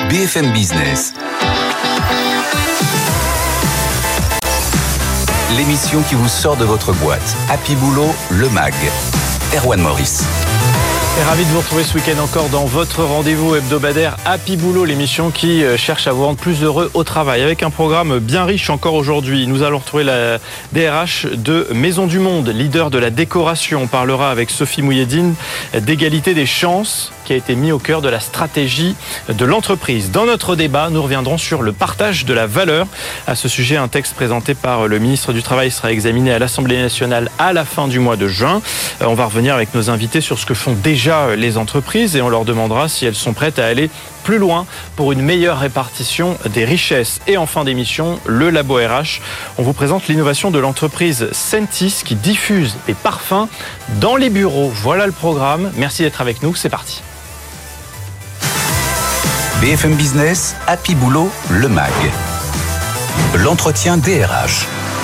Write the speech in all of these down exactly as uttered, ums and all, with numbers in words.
B F M Business. L'émission qui vous sort de votre boîte. Happy Boulot, le mag. Erwan Maurice. Et ravi de vous retrouver ce week-end encore dans votre rendez-vous hebdomadaire Happy Boulot, l'émission qui cherche à vous rendre plus heureux au travail. Avec un programme bien riche encore aujourd'hui. Nous allons retrouver la D R H de Maisons du Monde, leader de la décoration. On parlera avec Sophie Mouhiedine d'égalité des chances, qui a été mis au cœur de la stratégie de l'entreprise. Dans notre débat, nous reviendrons sur le partage de la valeur. À ce sujet, un texte présenté par le ministre du Travail sera examiné à l'Assemblée nationale à la fin du mois de juin. On va revenir avec nos invités sur ce que font déjà les entreprises et on leur demandera si elles sont prêtes à aller plus loin pour une meilleure répartition des richesses. Et en fin d'émission, le Labo R H. On vous présente l'innovation de l'entreprise Sentis qui diffuse des parfums dans les bureaux. Voilà le programme. Merci d'être avec nous. C'est parti. B F M Business, Happy Boulot, le mag. L'entretien D R H.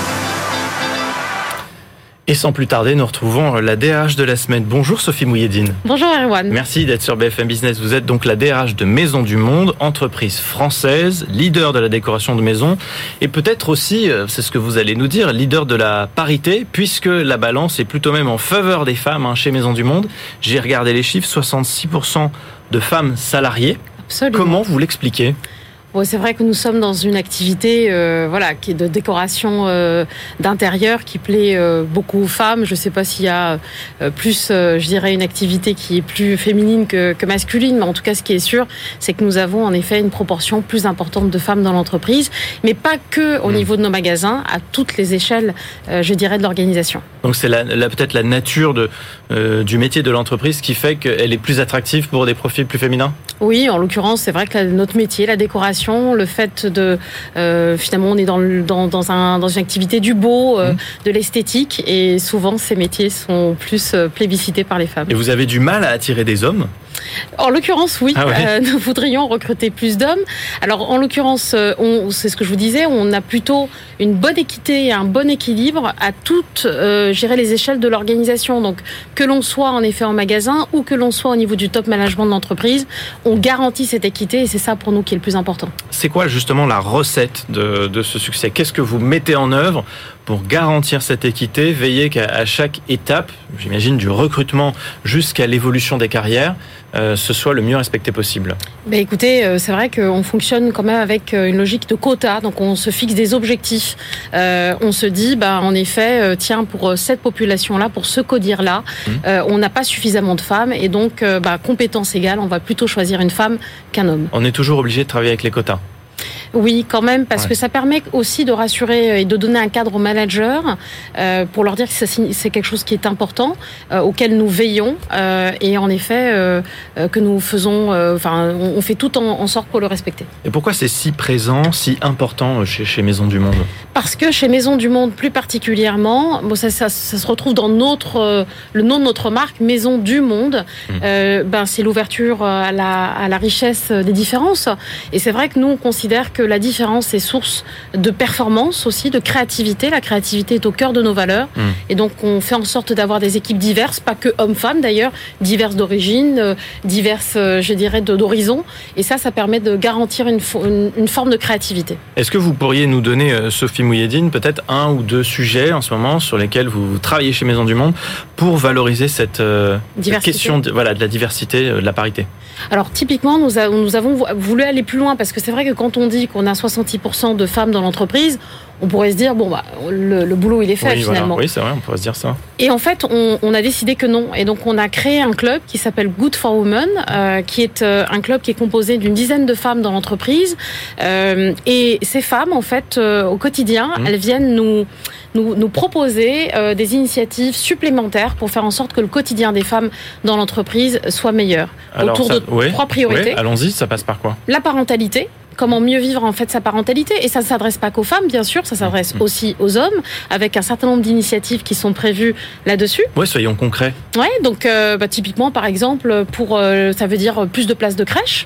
Et sans plus tarder, nous retrouvons la D R H de la semaine. Bonjour Sophie Mouhiedine. Bonjour Erwan. Merci d'être sur B F M Business. Vous êtes donc la D R H de Maisons du Monde, entreprise française, leader de la décoration de maisons et peut-être aussi, c'est ce que vous allez nous dire, leader de la parité puisque la balance est plutôt même en faveur des femmes hein, chez Maisons du Monde. J'ai regardé les chiffres, soixante-six pour cent de femmes salariées. Absolument. Comment vous l'expliquez ? Bon, c'est vrai que nous sommes dans une activité euh, voilà, qui est de décoration euh, d'intérieur qui plaît euh, beaucoup aux femmes. Je ne sais pas s'il y a euh, plus, euh, je dirais, une activité qui est plus féminine que, que masculine, mais en tout cas, ce qui est sûr, c'est que nous avons en effet une proportion plus importante de femmes dans l'entreprise, mais pas que au mmh. niveau de nos magasins, à toutes les échelles, euh, je dirais, de l'organisation. Donc c'est la, la, peut-être la nature de, euh, du métier de l'entreprise qui fait qu'elle est plus attractive pour des profils plus féminins ? Oui, en l'occurrence, c'est vrai que la, notre métier, la décoration, le fait de euh, finalement on est dans, le, dans, dans, un, dans une activité du beau, euh, mmh. de l'esthétique et souvent ces métiers sont plus euh, plébiscités par les femmes. Et vous avez du mal à attirer des hommes ? En l'occurrence, oui. Ah ouais. euh, nous voudrions recruter plus d'hommes. Alors, en l'occurrence, on, c'est ce que je vous disais, on a plutôt une bonne équité et un bon équilibre à toutes, euh, je dirais, les échelles de l'organisation. Donc, que l'on soit en effet en magasin ou que l'on soit au niveau du top management de l'entreprise, on garantit cette équité et c'est ça pour nous qui est le plus important. C'est quoi justement la recette de, de ce succès ? Qu'est-ce que vous mettez en œuvre pour garantir cette équité, veiller qu'à à chaque étape, j'imagine du recrutement jusqu'à l'évolution des carrières, euh, ce soit le mieux respecté possible ? Ben écoutez, euh, c'est vrai qu'on fonctionne quand même avec une logique de quota, donc on se fixe des objectifs. Euh, on se dit, bah, en effet, euh, tiens, pour cette population-là, pour ce codir-là, mmh. euh, on n'a pas suffisamment de femmes et donc, euh, bah, compétence égale, on va plutôt choisir une femme qu'un homme. On est toujours obligé de travailler avec les quotas ? Oui, quand même, parce ouais. que ça permet aussi de rassurer et de donner un cadre aux managers euh, pour leur dire que c'est quelque chose qui est important, euh, auquel nous veillons euh, et en effet euh, que nous faisons, euh, enfin, on fait tout en, en sorte pour le respecter. Et pourquoi c'est si présent, si important chez, chez Maisons du Monde ? Parce que chez Maisons du Monde, plus particulièrement, bon, ça, ça, ça se retrouve dans notre, euh, le nom de notre marque, Maisons du Monde. Mmh. Euh, ben, c'est l'ouverture à la, à la richesse des différences. Et c'est vrai que nous, on considère que la différence est source de performance aussi, de créativité. La créativité est au cœur de nos valeurs. Mmh. Et donc, on fait en sorte d'avoir des équipes diverses, pas que hommes-femmes d'ailleurs, diverses d'origine, diverses, je dirais, d'horizon. Et ça, ça permet de garantir une, une, une forme de créativité. Est-ce que vous pourriez nous donner, Sophie Mouhiedine, peut-être un ou deux sujets en ce moment sur lesquels vous travaillez chez Maisons du Monde pour valoriser cette, euh, cette question de, voilà, de la diversité, de la parité ? Alors, typiquement, nous, a, nous avons voulu aller plus loin parce que c'est vrai que quand on dit qu'on a soixante-dix pour cent de femmes dans l'entreprise, on pourrait se dire, bon, bah, le, le boulot, il est fait, oui, finalement. Voilà. Oui, c'est vrai, on pourrait se dire ça. Et en fait, on, on a décidé que non. Et donc, on a créé un club qui s'appelle Good for Women, euh, qui est euh, un club qui est composé d'une dizaine de femmes dans l'entreprise. Euh, et ces femmes, en fait, euh, au quotidien, mmh. elles viennent nous... Nous, nous proposer euh, des initiatives supplémentaires pour faire en sorte que le quotidien des femmes dans l'entreprise soit meilleur. Alors, autour ça, de ouais, trois priorités. Ouais, allons-y, ça passe par quoi ? La parentalité. Comment mieux vivre en fait sa parentalité, et ça ne s'adresse pas qu'aux femmes, bien sûr, ça s'adresse mmh. aussi aux hommes, avec un certain nombre d'initiatives qui sont prévues là-dessus. Oui, soyons concrets. Ouais, donc euh, bah, typiquement, par exemple, pour euh, ça veut dire plus de places de crèche.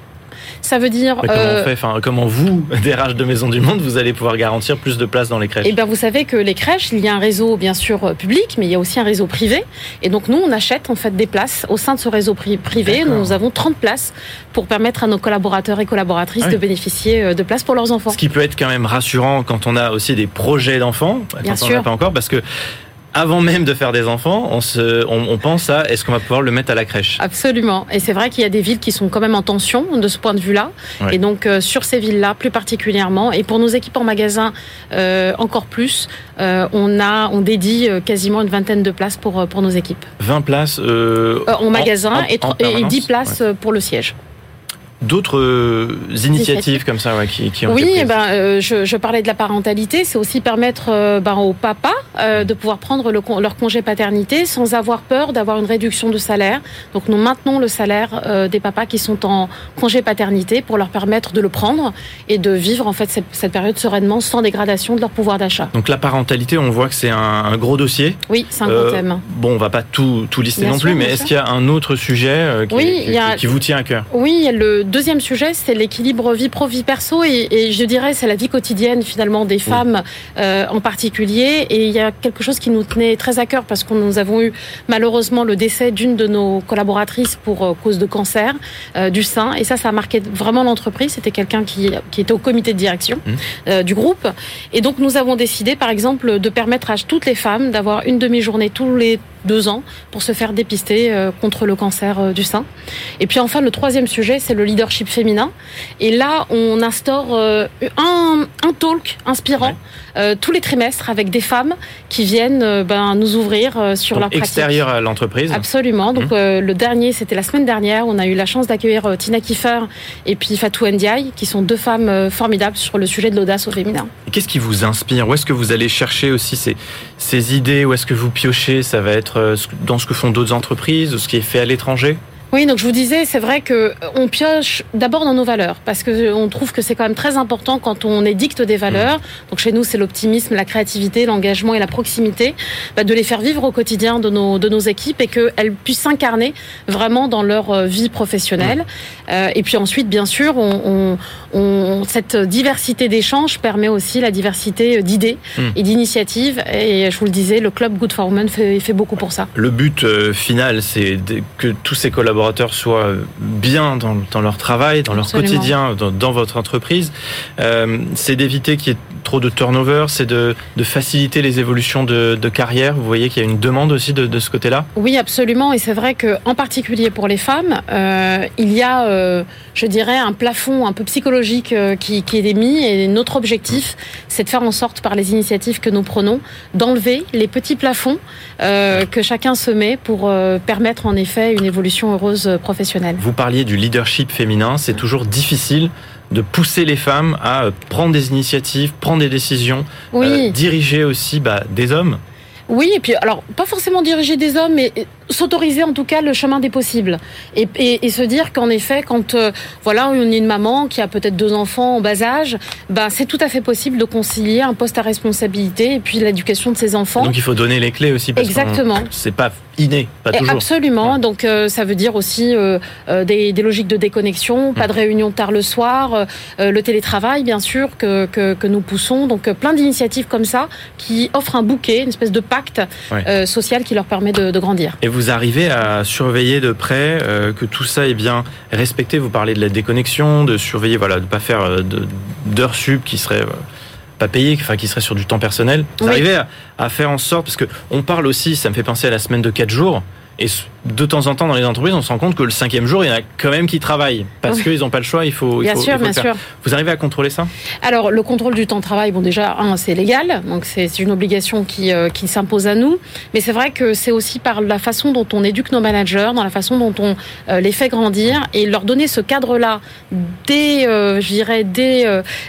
Ça veut dire... Comment euh, on fait, enfin, comment vous, D R H de Maisons du Monde, vous allez pouvoir garantir plus de places dans les crèches? Eh bien, vous savez que les crèches, il y a un réseau, bien sûr, public, mais il y a aussi un réseau privé. Et donc, nous, on achète, en fait, des places au sein de ce réseau privé. D'accord. Nous avons trente places pour permettre à nos collaborateurs et collaboratrices ah oui. de bénéficier de places pour leurs enfants. Ce qui peut être quand même rassurant quand on a aussi des projets d'enfants. Bien quand sûr. On n'a pas encore, parce que avant même de faire des enfants, on, se, on, on pense à est-ce qu'on va pouvoir le mettre à la crèche? Absolument. Et c'est vrai qu'il y a des villes qui sont quand même en tension de ce point de vue-là. Ouais. Et donc, euh, sur ces villes-là, plus particulièrement, et pour nos équipes en magasin, euh, encore plus, euh, on, a, on dédie euh, quasiment une vingtaine de places pour, pour nos équipes. vingt places euh, euh, en magasin en, en, et, en et dix places ouais. pour le siège. D'autres euh, initiatives comme ça ouais, qui, qui ont oui, été prises. Eh ben, euh, je, je parlais de la parentalité, c'est aussi permettre euh, ben, aux papas euh, de pouvoir prendre le, leur congé paternité sans avoir peur d'avoir une réduction de salaire. Donc nous maintenons le salaire euh, des papas qui sont en congé paternité pour leur permettre de le prendre et de vivre en fait cette, cette période sereinement sans dégradation de leur pouvoir d'achat. Donc la parentalité, on voit que c'est un, un gros dossier. Oui, c'est un euh, gros thème. Bon, on va pas tout, tout lister bien non sûr, plus, mais est-ce sûr. qu'il y a un autre sujet euh, qui, oui, qui, y a, qui, qui vous tient à cœur? Oui, il y a le deuxième sujet, c'est l'équilibre vie pro, vie perso, et, et je dirais c'est la vie quotidienne finalement des femmes oui. euh, en particulier. Et il y a quelque chose qui nous tenait très à cœur parce que nous avons eu malheureusement le décès d'une de nos collaboratrices pour euh, cause de cancer euh, du sein. Et ça, ça a marqué vraiment l'entreprise. C'était quelqu'un qui, qui était au comité de direction mmh. euh, du groupe. Et donc nous avons décidé, par exemple, de permettre à toutes les femmes d'avoir une demi-journée tous les deux ans pour se faire dépister euh, contre le cancer euh, du sein. Et puis enfin, le troisième sujet, c'est le leadership féminin. Et là, on instaure euh, un, un talk inspirant ouais. euh, tous les trimestres avec des femmes qui viennent euh, ben, nous ouvrir euh, sur donc leur pratique. Extérieur à l'entreprise. Absolument. Donc mmh. euh, le dernier, c'était la semaine dernière. On a eu la chance d'accueillir euh, Tina Kiefer et puis Fatou Ndiaye, qui sont deux femmes euh, formidables sur le sujet de l'audace au féminin. Et qu'est-ce qui vous inspire? Où est-ce que vous allez chercher aussi ces, ces idées? Où est-ce que vous piochez? Ça va être dans ce que font d'autres entreprises, ce qui est fait à l'étranger? Oui, donc je vous disais, c'est vrai que on pioche d'abord dans nos valeurs, parce que on trouve que c'est quand même très important quand on édicte des valeurs. Donc chez nous, c'est l'optimisme, la créativité, l'engagement et la proximité, bah, de les faire vivre au quotidien de nos de nos équipes et qu'elles puissent s'incarner vraiment dans leur vie professionnelle. Mmh. Euh, et puis ensuite, bien sûr, on, on, on cette diversité d'échanges permet aussi la diversité d'idées mmh. et d'initiatives. Et je vous le disais, le club Good for Women fait, fait beaucoup pour ça. Le but euh, final, c'est que tous ces collaborateurs soient bien dans, dans leur travail, dans leur Absolument. quotidien, dans, dans votre entreprise. Euh, c'est d'éviter qu'il y ait trop de turnover, c'est de, de faciliter les évolutions de, de carrière. Vous voyez qu'il y a une demande aussi de, de ce côté-là? Oui, absolument. Et c'est vrai qu'en particulier pour les femmes, euh, il y a, euh, je dirais, un plafond un peu psychologique euh, qui, qui est mis. Et notre objectif, c'est de faire en sorte, par les initiatives que nous prenons, d'enlever les petits plafonds euh, que chacun se met pour euh, permettre en effet une évolution heureuse professionnelle. Vous parliez du leadership féminin, c'est toujours difficile de pousser les femmes à prendre des initiatives, prendre des décisions, oui. euh, diriger aussi bah, des hommes. Oui, et puis alors pas forcément diriger des hommes, mais s'autoriser en tout cas le chemin des possibles et, et, et se dire qu'en effet, quand euh, voilà, on est une maman qui a peut-être deux enfants en bas âge, ben c'est tout à fait possible de concilier un poste à responsabilité et puis l'éducation de ses enfants. Donc il faut donner les clés aussi. Parce Exactement. Que c'est pas inné, pas et toujours. Absolument. Ouais. Donc euh, ça veut dire aussi euh, euh, des, des logiques de déconnexion, pas mmh. de réunion tard le soir, euh, le télétravail bien sûr que que, que nous poussons. Donc euh, plein d'initiatives comme ça qui offrent un bouquet, une espèce de pacte ouais. euh, social qui leur permet de, de grandir. Et vous arrivez à surveiller de près euh, que tout ça est bien respecté. Vous parlez de la déconnexion, de surveiller, voilà, de pas faire de, d'heures sup qui seraient euh, pas payées, enfin qui seraient sur du temps personnel. Vous oui. arrivez à, à faire en sorte, parce que on parle aussi, ça me fait penser à la semaine de quatre jours. Et de temps en temps, dans les entreprises, on se rend compte que le cinquième jour, il y en a quand même qui travaillent. Parce oui. qu'ils n'ont pas le choix, il faut, bien il faut, sûr, il faut bien le faire. sûr. Vous arrivez à contrôler ça? Alors, le contrôle du temps de travail, bon, déjà, un, c'est légal. Donc, c'est, c'est une obligation qui, euh, qui s'impose à nous. Mais c'est vrai que c'est aussi par la façon dont on éduque nos managers, dans la façon dont on euh, les fait grandir et leur donner ce cadre-là dès, euh, je dirais, dès,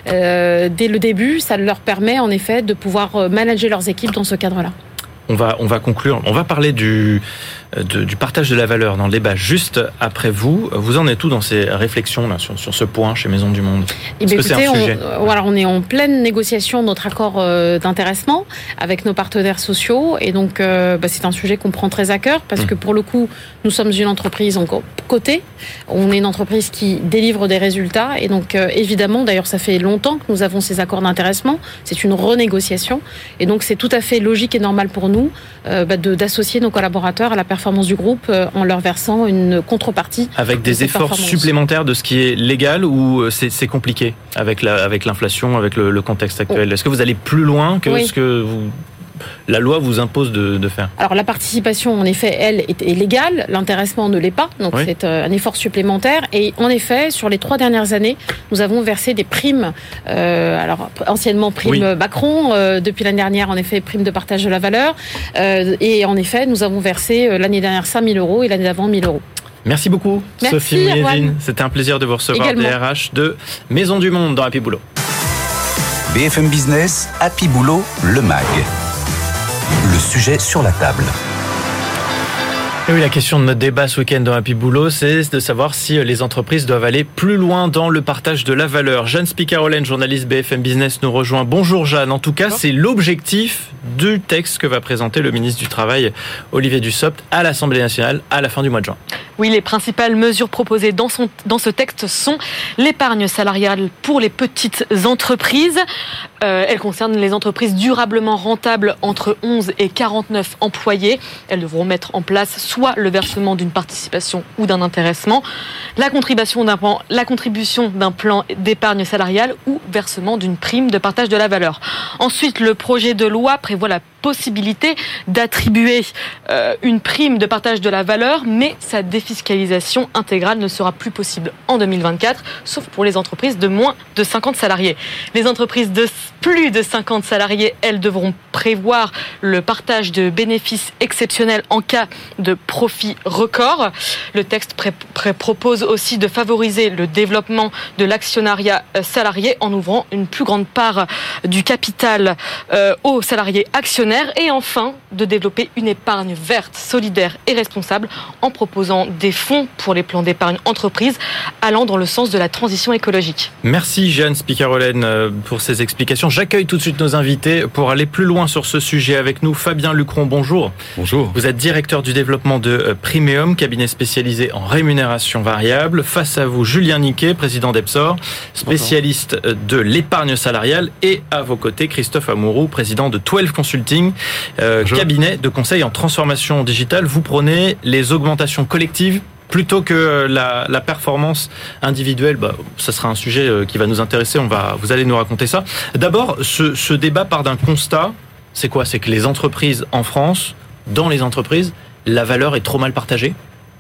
euh, dès le début. Ça leur permet, en effet, de pouvoir manager leurs équipes dans ce cadre-là. On va, on va conclure. On va parler du, de, du partage de la valeur dans le débat juste après vous. Vous en êtes où dans ces réflexions là, sur, sur ce point chez Maisons du Monde ? Est-ce que écoutez, c'est un sujet ? on, voilà, on est en pleine négociation de notre accord euh, d'intéressement avec nos partenaires sociaux et donc euh, bah, c'est un sujet qu'on prend très à cœur parce mmh. que pour le coup, nous sommes une entreprise en côté. On est une entreprise qui délivre des résultats et donc euh, évidemment, d'ailleurs ça fait longtemps que nous avons ces accords d'intéressement. C'est une renégociation et donc c'est tout à fait logique et normal pour nous euh, bah, de, d'associer nos collaborateurs à la performance du groupe euh, en leur versant une contrepartie. Avec des efforts supplémentaires de ce qui est légal ou c'est, c'est compliqué avec, la, avec l'inflation, avec le, le contexte actuel ? Est-ce que vous allez plus loin que oui. ce que vous... la loi vous impose de, de faire ? Alors la participation, en effet, elle, est, est légale. L'intéressement ne l'est pas. Donc oui. c'est un effort supplémentaire. Et en effet, sur les trois dernières années, nous avons versé des primes. Euh, alors anciennement primes oui. Macron. Euh, depuis l'année dernière, en effet, primes de partage de la valeur. Euh, et en effet, nous avons versé euh, l'année dernière cinq mille euros et l'année d'avant mille euros. Merci beaucoup, Merci, Sophie Mouledine. C'était un plaisir de vous recevoir, Également. D R H de Maisons du Monde dans Happy Boulot. B F M Business, Happy Boulot, le M A G. Le sujet sur la table. Et oui, la question de notre débat ce week-end dans Happy Boulot, c'est de savoir si les entreprises doivent aller plus loin dans le partage de la valeur. Jeanne Spicarolène, journaliste B F M Business, nous rejoint. Bonjour Jeanne. En tout cas, c'est l'objectif du texte que va présenter le ministre du Travail, Olivier Dussopt, à l'Assemblée nationale à la fin du mois de juin. Oui, les principales mesures proposées dans, son, dans ce texte sont l'épargne salariale pour les petites entreprises. Euh, elles concernent les entreprises durablement rentables entre onze et quarante-neuf employés. Elles devront mettre en place soit le versement d'une participation ou d'un intéressement, la contribution d'un plan, la contribution d'un plan d'épargne salariale ou versement d'une prime de partage de la valeur. Ensuite, le projet de loi prévoit la possibilité d'attribuer euh, une prime de partage de la valeur, mais sa défiscalisation intégrale ne sera plus possible en deux mille vingt-quatre, sauf pour les entreprises de moins de cinquante salariés. Les entreprises de plus de cinquante salariés, elles devront prévoir le partage de bénéfices exceptionnels en cas de profit record. Le texte pré- pré- propose aussi de favoriser le développement de l'actionnariat salarié en ouvrant une plus grande part du capital euh, aux salariés actionnaires et enfin de développer une épargne verte, solidaire et responsable en proposant des fonds pour les plans d'épargne entreprise allant dans le sens de la transition écologique. Merci Jeanne Spicarolène pour ces explications. J'accueille tout de suite nos invités pour aller plus loin sur ce sujet avec nous. Fabien Lucron, bonjour. Bonjour. Vous êtes directeur du développement de Primeum, cabinet spécialisé en rémunération variable. Face à vous, Julien Niquet, président d'Epsor, spécialiste de l'épargne salariale, et à vos côtés, Christophe Amouroux, président de douze Consulting, euh, cabinet de conseil en transformation digitale. Vous prenez les augmentations collectives plutôt que la, la performance individuelle. Bah, ça sera un sujet qui va nous intéresser. On va, vous allez nous raconter ça. D'abord, ce, ce débat part d'un constat. C'est quoi ? C'est que les entreprises en France, dans les entreprises, la valeur est trop mal partagée.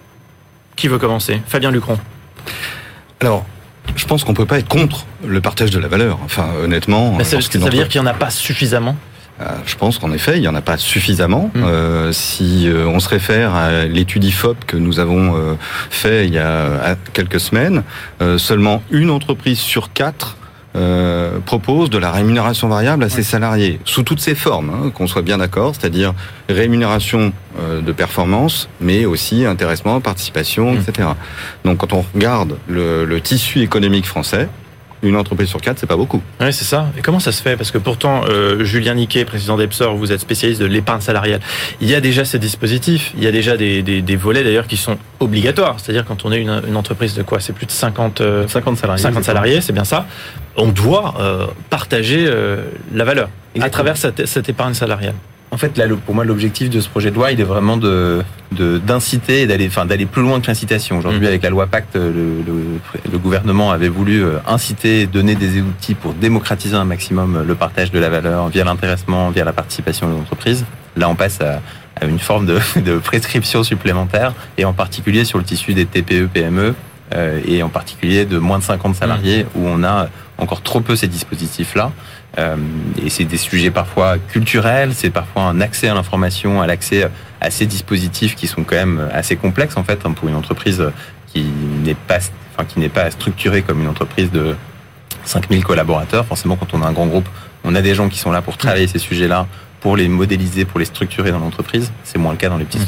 Qui veut commencer ? Fabien Lucron. Alors, je pense qu'on peut pas être contre le partage de la valeur. Enfin, honnêtement, bah, ça, ça veut dire qu'il y en a pas suffisamment. Je pense qu'en effet, il n'y en a pas suffisamment. Mmh. Euh, si euh, on se réfère à l'étude I F O P que nous avons euh, fait il y a quelques semaines, euh, seulement une entreprise sur quatre euh, propose de la rémunération variable à ses salariés, sous toutes ses formes, hein, qu'on soit bien d'accord, c'est-à-dire rémunération euh, de performance, mais aussi intéressement, participation, mmh. et cetera. Donc quand on regarde le, le tissu économique français, une entreprise sur quatre, c'est pas beaucoup. Oui, c'est ça. Et comment ça se fait ? Parce que pourtant, euh, Julien Niquet, président d'Epsor, vous êtes spécialiste de l'épargne salariale. Il y a déjà ces dispositifs. Il y a déjà des, des, des volets d'ailleurs qui sont obligatoires. C'est-à-dire quand on est une, une entreprise de quoi ? C'est plus de cinquante, euh, cinquante salariés. cinquante salariés, c'est bien ça. On doit euh, partager euh, la valeur Exactement. À travers cette, cette épargne salariale. En fait, là, pour moi, l'objectif de ce projet de loi, il est vraiment de, de d'inciter et d'aller, enfin, d'aller plus loin que l'incitation. Aujourd'hui, mmh. avec la loi Pacte, le, le, le gouvernement avait voulu inciter, donner des outils pour démocratiser un maximum le partage de la valeur via l'intéressement, via la participation des entreprises. Là, on passe à, à une forme de, de prescription supplémentaire, et en particulier sur le tissu des T P E P M E, euh, et en particulier de moins de cinquante salariés, mmh. où on a encore trop peu ces dispositifs-là. Euh, et c'est des sujets parfois culturels, c'est parfois un accès à l'information, à l'accès à ces dispositifs qui sont quand même assez complexes en fait, hein, pour une entreprise qui n'est pas, enfin, qui n'est pas structurée comme une entreprise de cinq mille collaborateurs. Forcément, quand on a un grand groupe, on a des gens qui sont là pour travailler ces sujets-là, pour les modéliser, pour les structurer dans l'entreprise. C'est moins le cas dans les petites structures.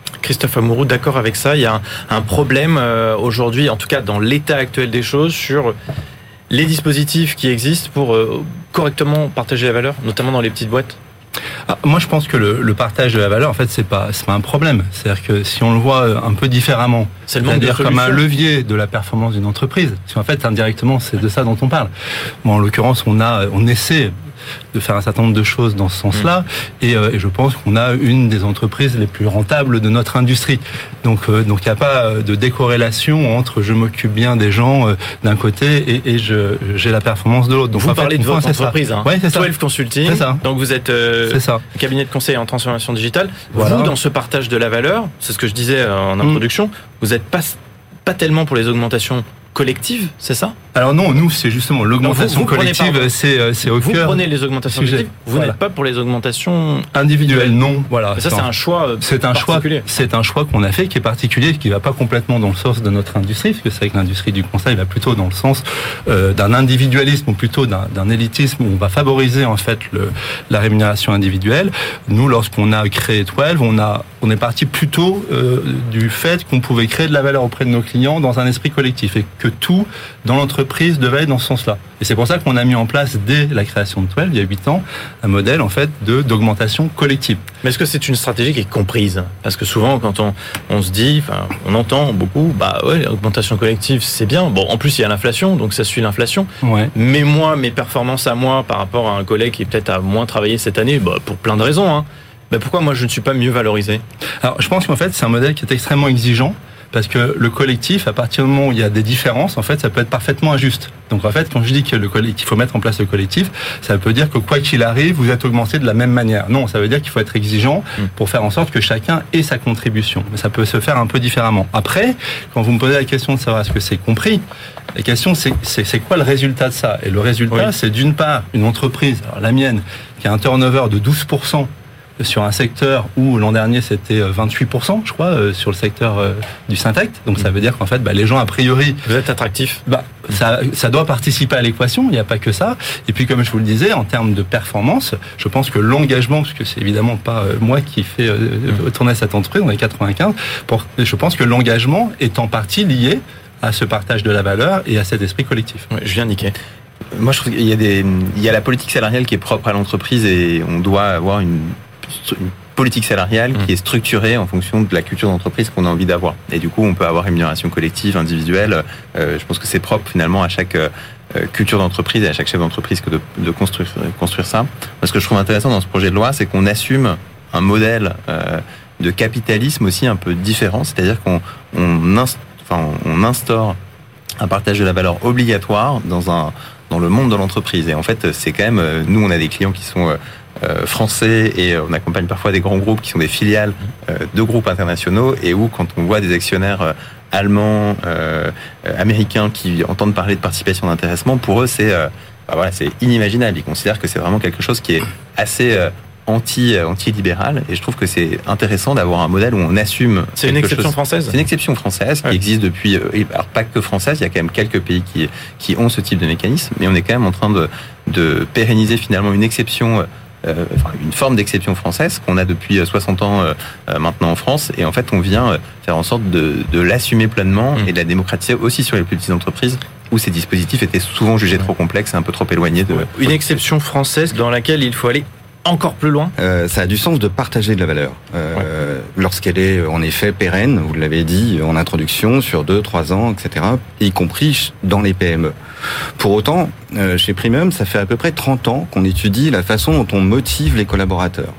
Christophe Amouroux, d'accord avec ça. Il y a un, un problème euh, aujourd'hui, en tout cas dans l'état actuel des choses, sur les dispositifs qui existent pour euh, correctement partager la valeur, notamment dans les petites boîtes. Ah, moi, je pense que le, le partage de la valeur, en fait, c'est pas, c'est pas un problème. C'est-à-dire que si on le voit un peu différemment, c'est le manque c'est-à-dire de comme un solutions. levier de la performance d'une entreprise. Parce qu'en fait, indirectement, c'est de ça dont on parle. Bon, en l'occurrence, on a, on essaie de faire un certain nombre de choses dans ce sens-là, mmh. et, euh, et je pense qu'on a une des entreprises les plus rentables de notre industrie. Donc, euh, donc, il n'y a pas de décorrélation entre je m'occupe bien des gens euh, d'un côté et, et je, j'ai la performance de l'autre. Donc, vous en fait, parlez de votre entreprise, hein. Ouais, c'est ça. douze Consulting. C'est ça. Donc, vous êtes euh, c'est ça. cabinet de conseil en transformation digitale. Voilà. Vous, dans ce partage de la valeur, c'est ce que je disais en introduction, mmh. vous n'êtes pas pas tellement pour les augmentations collectives, c'est ça ? Alors non, nous, c'est justement l'augmentation vous, vous collective, prenez, c'est, c'est au vous cœur. Vous prenez les augmentations sujet. collectives, vous voilà. n'êtes pas pour les augmentations individuelles, non. Voilà. Mais ça, c'est un choix c'est un particulier. choix, c'est un choix qu'on a fait qui est particulier, qui ne va pas complètement dans le sens de notre industrie, parce que c'est vrai que l'industrie du conseil va plutôt dans le sens euh, d'un individualisme ou plutôt d'un, d'un élitisme où on va favoriser en fait le, la rémunération individuelle. Nous, lorsqu'on a créé douze, on a, on est parti plutôt euh, du fait qu'on pouvait créer de la valeur auprès de nos clients dans un esprit collectif et que tout dans l'entreprise devait être dans ce sens-là. Et c'est pour ça qu'on a mis en place dès la création de douze, il y a huit ans, un modèle en fait de d'augmentation collective. Mais est-ce que c'est une stratégie qui est comprise ? Parce que souvent, quand on on se dit, enfin, on entend beaucoup, bah ouais, l'augmentation collective, c'est bien. Bon, en plus il y a l'inflation, donc ça suit l'inflation. Ouais. Mais moi, mes performances à moi par rapport à un collègue qui peut-être a moins travaillé cette année, bah, pour plein de raisons. Hein. Bah, pourquoi moi je ne suis pas mieux valorisé ? Alors, je pense qu'en fait, c'est un modèle qui est extrêmement exigeant. Parce que le collectif, à partir du moment où il y a des différences, en fait, ça peut être parfaitement injuste. Donc, en fait, quand je dis que le collectif, qu'il faut mettre en place le collectif, ça peut dire que quoi qu'il arrive, vous êtes augmenté de la même manière. Non, ça veut dire qu'il faut être exigeant pour faire en sorte que chacun ait sa contribution. Mais ça peut se faire un peu différemment. Après, quand vous me posez la question de savoir est-ce que c'est compris, la question c'est, c'est, c'est quoi le résultat de ça ? Et le résultat, oui. c'est d'une part une entreprise, alors la mienne, qui a un turnover de douze pour cent sur un secteur où l'an dernier c'était vingt-huit pour cent, je crois, euh, sur le secteur euh, du Syntec. Donc ça veut dire qu'en fait, bah, les gens a priori, vous êtes attractif. Bah, ça, ça doit participer à l'équation. Il n'y a pas que ça. Et puis, comme je vous le disais, en termes de performance, je pense que l'engagement, parce que c'est évidemment pas euh, moi qui fais euh, tourner cette entreprise, on est quatre-vingt-quinze. Pour, je pense que l'engagement est en partie lié à ce partage de la valeur et à cet esprit collectif. Ouais, je viens niquer. Moi, je trouve qu'il y a des, il y a la politique salariale qui est propre à l'entreprise et on doit avoir une une politique salariale qui est structurée en fonction de la culture d'entreprise qu'on a envie d'avoir. Et du coup, on peut avoir rémunération collective, individuelle. Euh, je pense que c'est propre finalement à chaque euh, culture d'entreprise et à chaque chef d'entreprise que de, de construire, construire ça. Ce que je trouve intéressant dans ce projet de loi, c'est qu'on assume un modèle euh, de capitalisme aussi un peu différent. C'est-à-dire qu'on on inst, enfin, on instaure un partage de la valeur obligatoire dans, un, dans le monde de l'entreprise. Et en fait, c'est quand même... Nous, on a des clients qui sont... Euh, Euh, français et on accompagne parfois des grands groupes qui sont des filiales euh, de groupes internationaux et où quand on voit des actionnaires euh, allemands, euh, euh, américains qui entendent parler de participation d'intéressement, pour eux c'est euh, bah voilà, c'est inimaginable. Ils considèrent que c'est vraiment quelque chose qui est assez euh, anti euh, anti-libéral et je trouve que c'est intéressant d'avoir un modèle où on assume. C'est une exception chose. française. C'est une exception française qui ouais. existe depuis. Euh, alors pas que française, il y a quand même quelques pays qui qui ont ce type de mécanisme, mais on est quand même en train de de pérenniser finalement une exception. Euh, Euh, enfin, une forme d'exception française qu'on a depuis soixante ans euh, maintenant en France et en fait on vient euh, faire en sorte de, de l'assumer pleinement mmh. et de la démocratiser aussi sur les plus petites entreprises où ces dispositifs étaient souvent jugés trop complexes et un peu trop éloignés de... Une exception française dans laquelle il faut aller encore plus loin. Euh, ça a du sens de partager de la valeur euh, ouais. lorsqu'elle est en effet pérenne, vous l'avez dit en introduction, sur deux, trois ans, et cetera, y compris dans les P M E. Pour autant, euh, chez Primum, ça fait à peu près trente ans qu'on étudie la façon dont on motive les collaborateurs.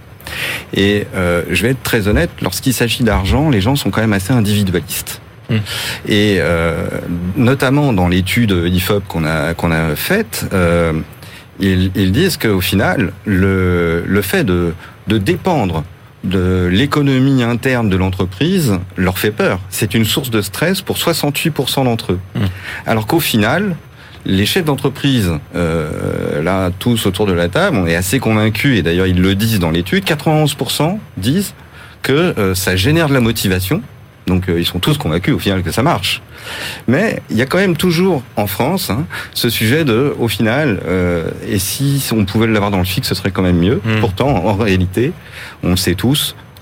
Et euh, je vais être très honnête, lorsqu'il s'agit d'argent, les gens sont quand même assez individualistes. Mmh. Et euh, notamment dans l'étude I F O P qu'on a qu'on a faite, euh, ils, ils disent qu'au final, le le fait de de dépendre de l'économie interne de l'entreprise leur fait peur. C'est une source de stress pour soixante-huit pour cent d'entre eux. Mmh. Alors qu'au final, les chefs d'entreprise, euh, là, tous autour de la table, on est assez convaincus, et d'ailleurs ils le disent dans l'étude, quatre-vingt-onze pour cent disent que euh, ça génère de la motivation. Donc euh, ils sont tous convaincus au final que ça marche. Mais il y a quand même toujours en France hein, ce sujet de, au final, euh, et si on pouvait l'avoir dans le fixe, ce serait quand même mieux. Mmh. Pourtant, en réalité, on le sait tous,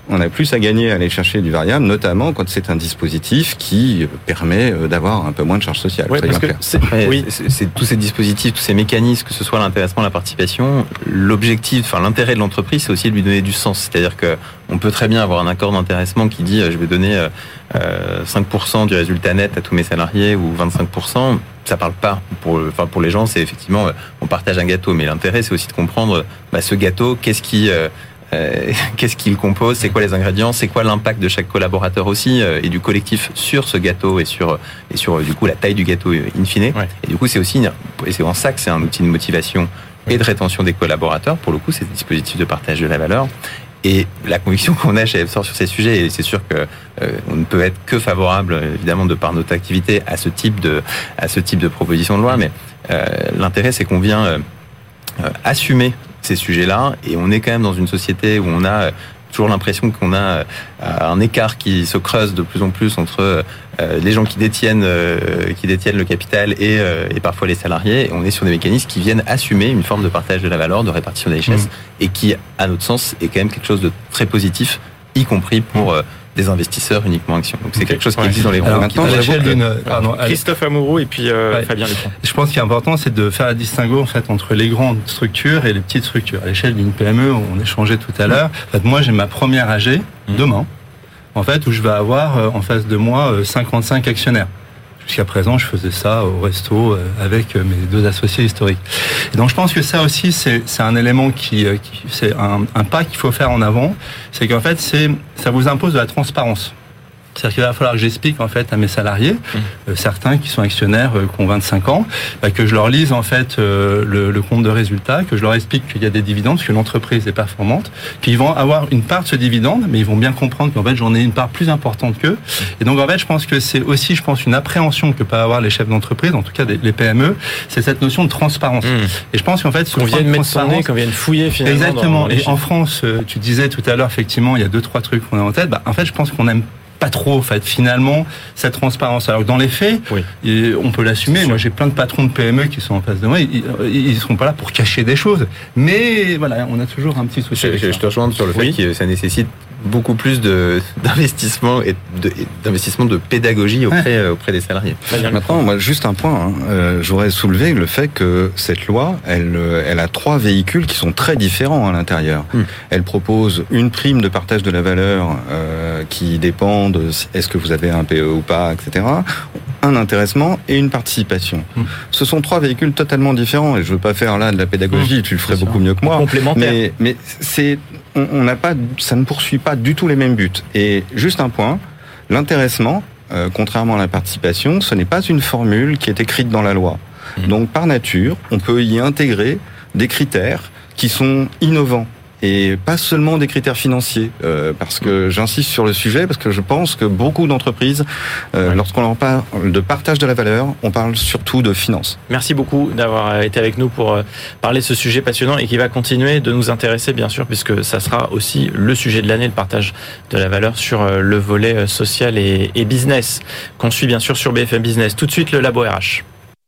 on a plus à gagner à aller chercher du variable, notamment quand c'est un dispositif qui permet d'avoir un peu moins de charges sociales. Ouais, parce que c'est, oui. c'est, c'est, tous ces dispositifs, tous ces mécanismes, que ce soit l'intéressement, la participation, l'objectif, enfin l'intérêt de l'entreprise, c'est aussi de lui donner du sens. C'est-à-dire que on peut très bien avoir un accord d'intéressement qui dit euh, je vais donner euh, cinq pour cent du résultat net à tous mes salariés ou vingt-cinq pour cent. Ça parle pas pour, enfin pour les gens. C'est effectivement, euh, on partage un gâteau, mais l'intérêt c'est aussi de comprendre bah, ce gâteau, qu'est-ce qui euh, Euh, qu'est-ce qu'il compose, c'est quoi les ingrédients, c'est quoi l'impact de chaque collaborateur aussi euh, et du collectif sur ce gâteau et sur et sur du coup la taille du gâteau in fine. Ouais. Et du coup c'est aussi et c'est en ça que c'est un outil de motivation et de rétention des collaborateurs. Pour le coup, c'est des dispositifs de partage de la valeur. Et la conviction qu'on a chez Evsor sur ces sujets, et c'est sûr que euh, on ne peut être que favorable, évidemment, de par notre activité à ce type de à ce type de proposition de loi. Mais euh, l'intérêt, c'est qu'on vient euh, euh, assumer ces sujets-là, et on est quand même dans une société où on a toujours l'impression qu'on a un écart qui se creuse de plus en plus entre les gens qui détiennent qui détiennent le capital et, et parfois les salariés. Et on est sur des mécanismes qui viennent assumer une forme de partage de la valeur, de répartition des richesses, mmh. et qui, à notre sens, est quand même quelque chose de très positif, y compris pour mmh. des investisseurs uniquement actions. Donc c'est quelque chose qui ouais. existe dans les Alors, maintenant, à l'échelle d'une, pardon, Christophe Amourou et puis euh, ouais. Fabien Lecomte. Je pense qu'il est important, c'est de faire la distinguo en fait entre les grandes structures et les petites structures. À l'échelle d'une P M E, on échangeait tout à l'heure. En fait, moi, j'ai ma première A G demain, en fait, où je vais avoir en face de moi cinquante-cinq actionnaires. Jusqu'à présent, je faisais ça au resto avec mes deux associés historiques. Et donc, je pense que ça aussi, c'est, c'est un élément qui, qui c'est un, un pas qu'il faut faire en avant. C'est qu'en fait, c'est, ça vous impose de la transparence. C'est-à-dire qu'il va falloir que j'explique en fait à mes salariés, mmh. euh, certains qui sont actionnaires, euh, qui ont vingt-cinq ans, bah, que je leur lise en fait euh, le, le compte de résultat, que je leur explique qu'il y a des dividendes, parce que l'entreprise est performante, qu'ils vont avoir une part de ce dividende, mais ils vont bien comprendre qu'en fait j'en ai une part plus importante qu'eux. Et donc en fait, je pense que c'est aussi, je pense, une appréhension que peuvent avoir les chefs d'entreprise, en tout cas les P M E, c'est cette notion de transparence. Mmh. Et je pense qu'en fait, ce qu'on vient de mettre son nez, qu'on vient de fouiller finalement. Exactement. Dans, dans et en France, tu disais tout à l'heure, effectivement, il y a deux trois trucs qu'on a en tête. Bah, en fait, je pense qu'on aime pas trop, en fait, finalement, cette transparence. Alors que dans les faits, oui. on peut l'assumer. Moi, j'ai plein de patrons de P M E qui sont en face de moi. Ils, ils seront pas là pour cacher des choses. Mais voilà, on a toujours un petit souci. Je, je, je te rejoins sur le fait oui. que ça nécessite beaucoup plus de, d'investissement et de, d'investissement de pédagogie auprès, ouais. auprès des salariés. Maintenant, moi, juste un point. Hein. Euh, j'aurais soulevé le fait que cette loi, elle, elle a trois véhicules qui sont très différents à l'intérieur. Hum. Elle propose une prime de partage de la valeur euh, qui dépend de est-ce que vous avez un P E ou pas, et cetera. Un intéressement et une participation. Hum. Ce sont trois véhicules totalement différents. Et je veux pas faire là de la pédagogie. Hum. Tu le ferais beaucoup mieux que moi. Complémentaire. Mais, mais c'est on n'a pas, ça ne poursuit pas du tout les mêmes buts. Et juste un point, l'intéressement, euh, contrairement à la participation, ce n'est pas une formule qui est écrite dans la loi. Mmh. Donc par nature, on peut y intégrer des critères qui sont innovants. Et pas seulement des critères financiers, euh, parce que j'insiste sur le sujet, parce que je pense que beaucoup d'entreprises, euh, ouais. lorsqu'on leur parle de partage de la valeur, on parle surtout de finance. Merci beaucoup d'avoir été avec nous pour parler de ce sujet passionnant et qui va continuer de nous intéresser, bien sûr, puisque ça sera aussi le sujet de l'année, le partage de la valeur sur le volet social et, et business, qu'on suit bien sûr sur B F M Business. Tout de suite, le Labo R H.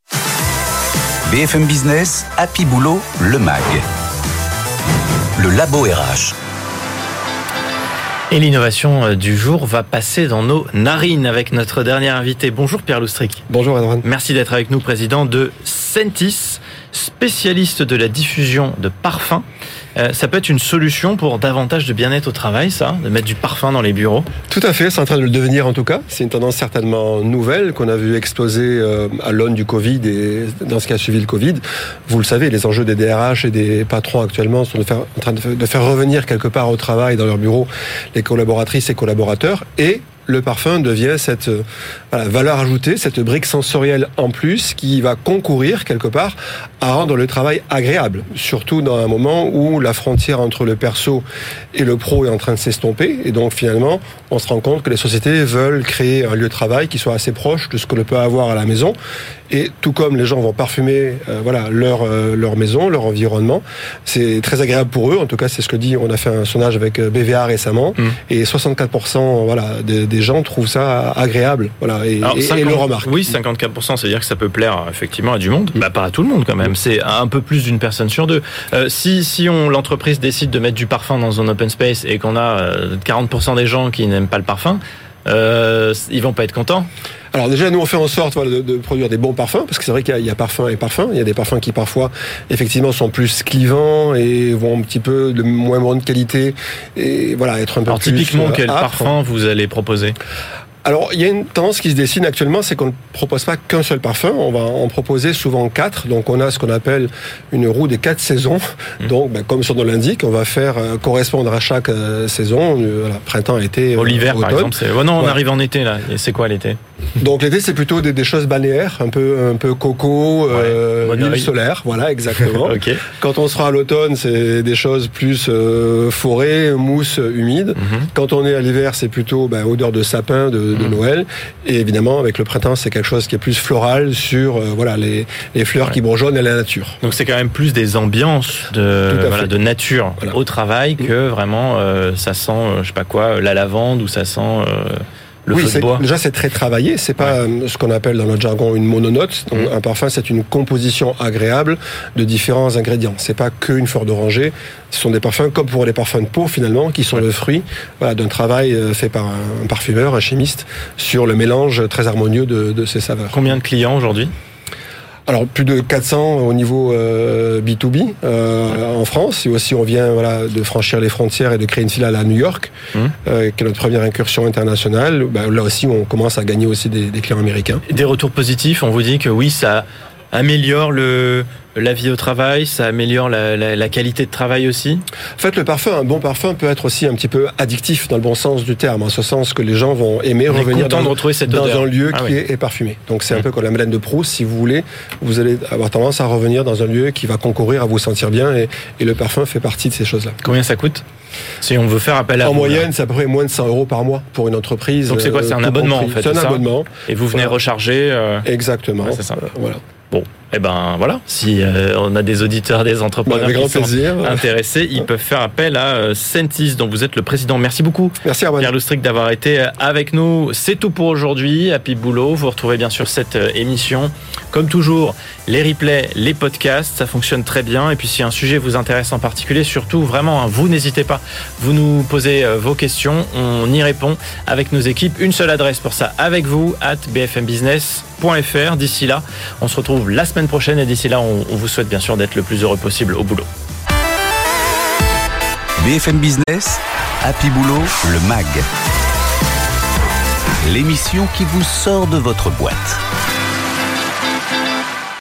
B F M Business, Happy Boulot, le M A G. Le Labo R H. Et l'innovation du jour va passer dans nos narines avec notre dernier invité. Bonjour Pierre Loustric. Bonjour Adrien. Merci d'être avec nous, président de Sentis, spécialiste de la diffusion de parfums. Euh, ça peut être une solution pour davantage de bien-être au travail, ça, de mettre du parfum dans les bureaux? Tout à fait, c'est en train de le devenir en tout cas. C'est une tendance certainement nouvelle qu'on a vu exploser euh, à l'aune du Covid et dans ce qui a suivi le Covid. Vous le savez, les enjeux des D R H et des patrons actuellement sont de faire, en train de faire, de faire revenir quelque part au travail, dans leur bureau, les collaboratrices et collaborateurs, et le parfum devient cette voilà, valeur ajoutée, cette brique sensorielle en plus qui va concourir quelque part à rendre le travail agréable. Surtout dans un moment où la frontière entre le perso et le pro est en train de s'estomper. Et donc finalement, on se rend compte que les sociétés veulent créer un lieu de travail qui soit assez proche de ce que l'on peut avoir à la maison. Et tout comme les gens vont parfumer euh, voilà, leur, euh, leur maison, leur environnement, c'est très agréable pour eux. En tout cas, c'est ce que dit, on a fait un sondage avec B V A récemment. Mmh. Et soixante-quatre pour cent voilà, des, des des gens trouvent ça agréable, voilà, et, Alors, et, cinquante, et le remarquent. Oui, cinquante-quatre pour cent, c'est-à-dire que ça peut plaire effectivement à du monde, bah pas à tout le monde quand même. C'est un peu plus d'une personne sur deux. Euh, si si on l'entreprise décide de mettre du parfum dans un open space et qu'on a euh, quarante pour cent des gens qui n'aiment pas le parfum, euh, ils vont pas être contents. Alors déjà, nous, on fait en sorte voilà, de, de produire des bons parfums, parce que c'est vrai qu'il y a, il y a parfum et parfum. Il y a des parfums qui, parfois, effectivement, sont plus clivants et vont un petit peu de moins bonne qualité et voilà, être un peu Alors, plus typiquement, euh, quel âpre. parfum vous allez proposer ? Alors, il y a une tendance qui se dessine actuellement, c'est qu'on ne propose pas qu'un seul parfum, on va en proposer souvent quatre. Donc, on a ce qu'on appelle une roue des quatre saisons. Mmh. Donc, ben, comme son nom l'indique, on va faire euh, correspondre à chaque euh, saison, euh, voilà, printemps, été, euh, l'hiver, automne. par exemple. C'est... Oh non, on ouais. arrive en été là. Et c'est quoi l'été ? Donc l'été, c'est plutôt des, des choses balnéaires, un peu un peu coco, ouais, euh, l'huile solaire, voilà, exactement. Okay. Quand on sera à l'automne, c'est des choses plus euh, forêt, mousse, humide. Mm-hmm. Quand on est à l'hiver, c'est plutôt ben, odeur de sapin, de, de mm-hmm. Noël. Et évidemment, avec le printemps, c'est quelque chose qui est plus floral sur euh, voilà les, les fleurs ouais. qui bourgeonnent à la nature. Donc c'est quand même plus des ambiances de voilà, de nature voilà. au travail que vraiment euh, ça sent, euh, je sais pas quoi, la lavande ou ça sent. Euh, Le oui, feu de bois. Déjà c'est très travaillé, c'est pas ouais. ce qu'on appelle dans notre jargon une mononote. Donc, mmh. Un parfum, c'est une composition agréable de différents ingrédients. C'est pas qu'une fleur d'oranger. Ce sont des parfums comme pour les parfums de peau finalement, qui sont ouais. le fruit voilà, d'un travail fait par un parfumeur, un chimiste, sur le mélange très harmonieux de, de ces saveurs. Combien de clients aujourd'hui ? Alors plus de quatre cents au niveau euh, B deux B euh, en France, et aussi on vient voilà de franchir les frontières et de créer une filiale à New York, mmh. euh, qui est notre première incursion internationale. Ben, là aussi on commence à gagner aussi des, des clients américains. Des retours positifs, on vous dit que oui, ça améliore le la vie au travail, ça améliore la, la, la qualité de travail aussi. En fait, le parfum, un bon parfum peut être aussi un petit peu addictif dans le bon sens du terme, en ce sens que les gens vont aimer on revenir dans, de retrouver cette dans odeur. un lieu ah qui oui. est, est parfumé. Donc c'est mmh. un peu comme la Madeleine de Proust, si vous voulez, vous allez avoir tendance à revenir dans un lieu qui va concourir à vous sentir bien, et, et le parfum fait partie de ces choses-là. Combien ça coûte ? Si on veut faire appel à En vous, moyenne, là. c'est à peu près moins de cent euros par mois pour une entreprise. Donc c'est quoi ? C'est un abonnement en fait. C'est un c'est abonnement. Et vous venez voilà. recharger. Euh... Exactement. Ouais, c'est ça. Euh, voilà. Bon, eh ben voilà, si euh, on a des auditeurs, des entrepreneurs bah, qui sont plaisir. intéressés, ils ouais. peuvent faire appel à euh, Sentis, dont vous êtes le président. Merci beaucoup, Merci Armand. Pierre Loustric, d'avoir été avec nous. C'est tout pour aujourd'hui. Happy Boulot, vous retrouvez bien sûr cette euh, émission. Comme toujours, les replays, les podcasts, ça fonctionne très bien. Et puis si un sujet vous intéresse en particulier, surtout vraiment, hein, vous n'hésitez pas, vous nous posez euh, vos questions, on y répond avec nos équipes. Une seule adresse pour ça, avec vous, at b f m business point f r. D'ici là, on se retrouve la semaine prochaine et d'ici là, on, on vous souhaite bien sûr d'être le plus heureux possible au boulot. B F M Business, Happy Boulot, le M A G. L'émission qui vous sort de votre boîte.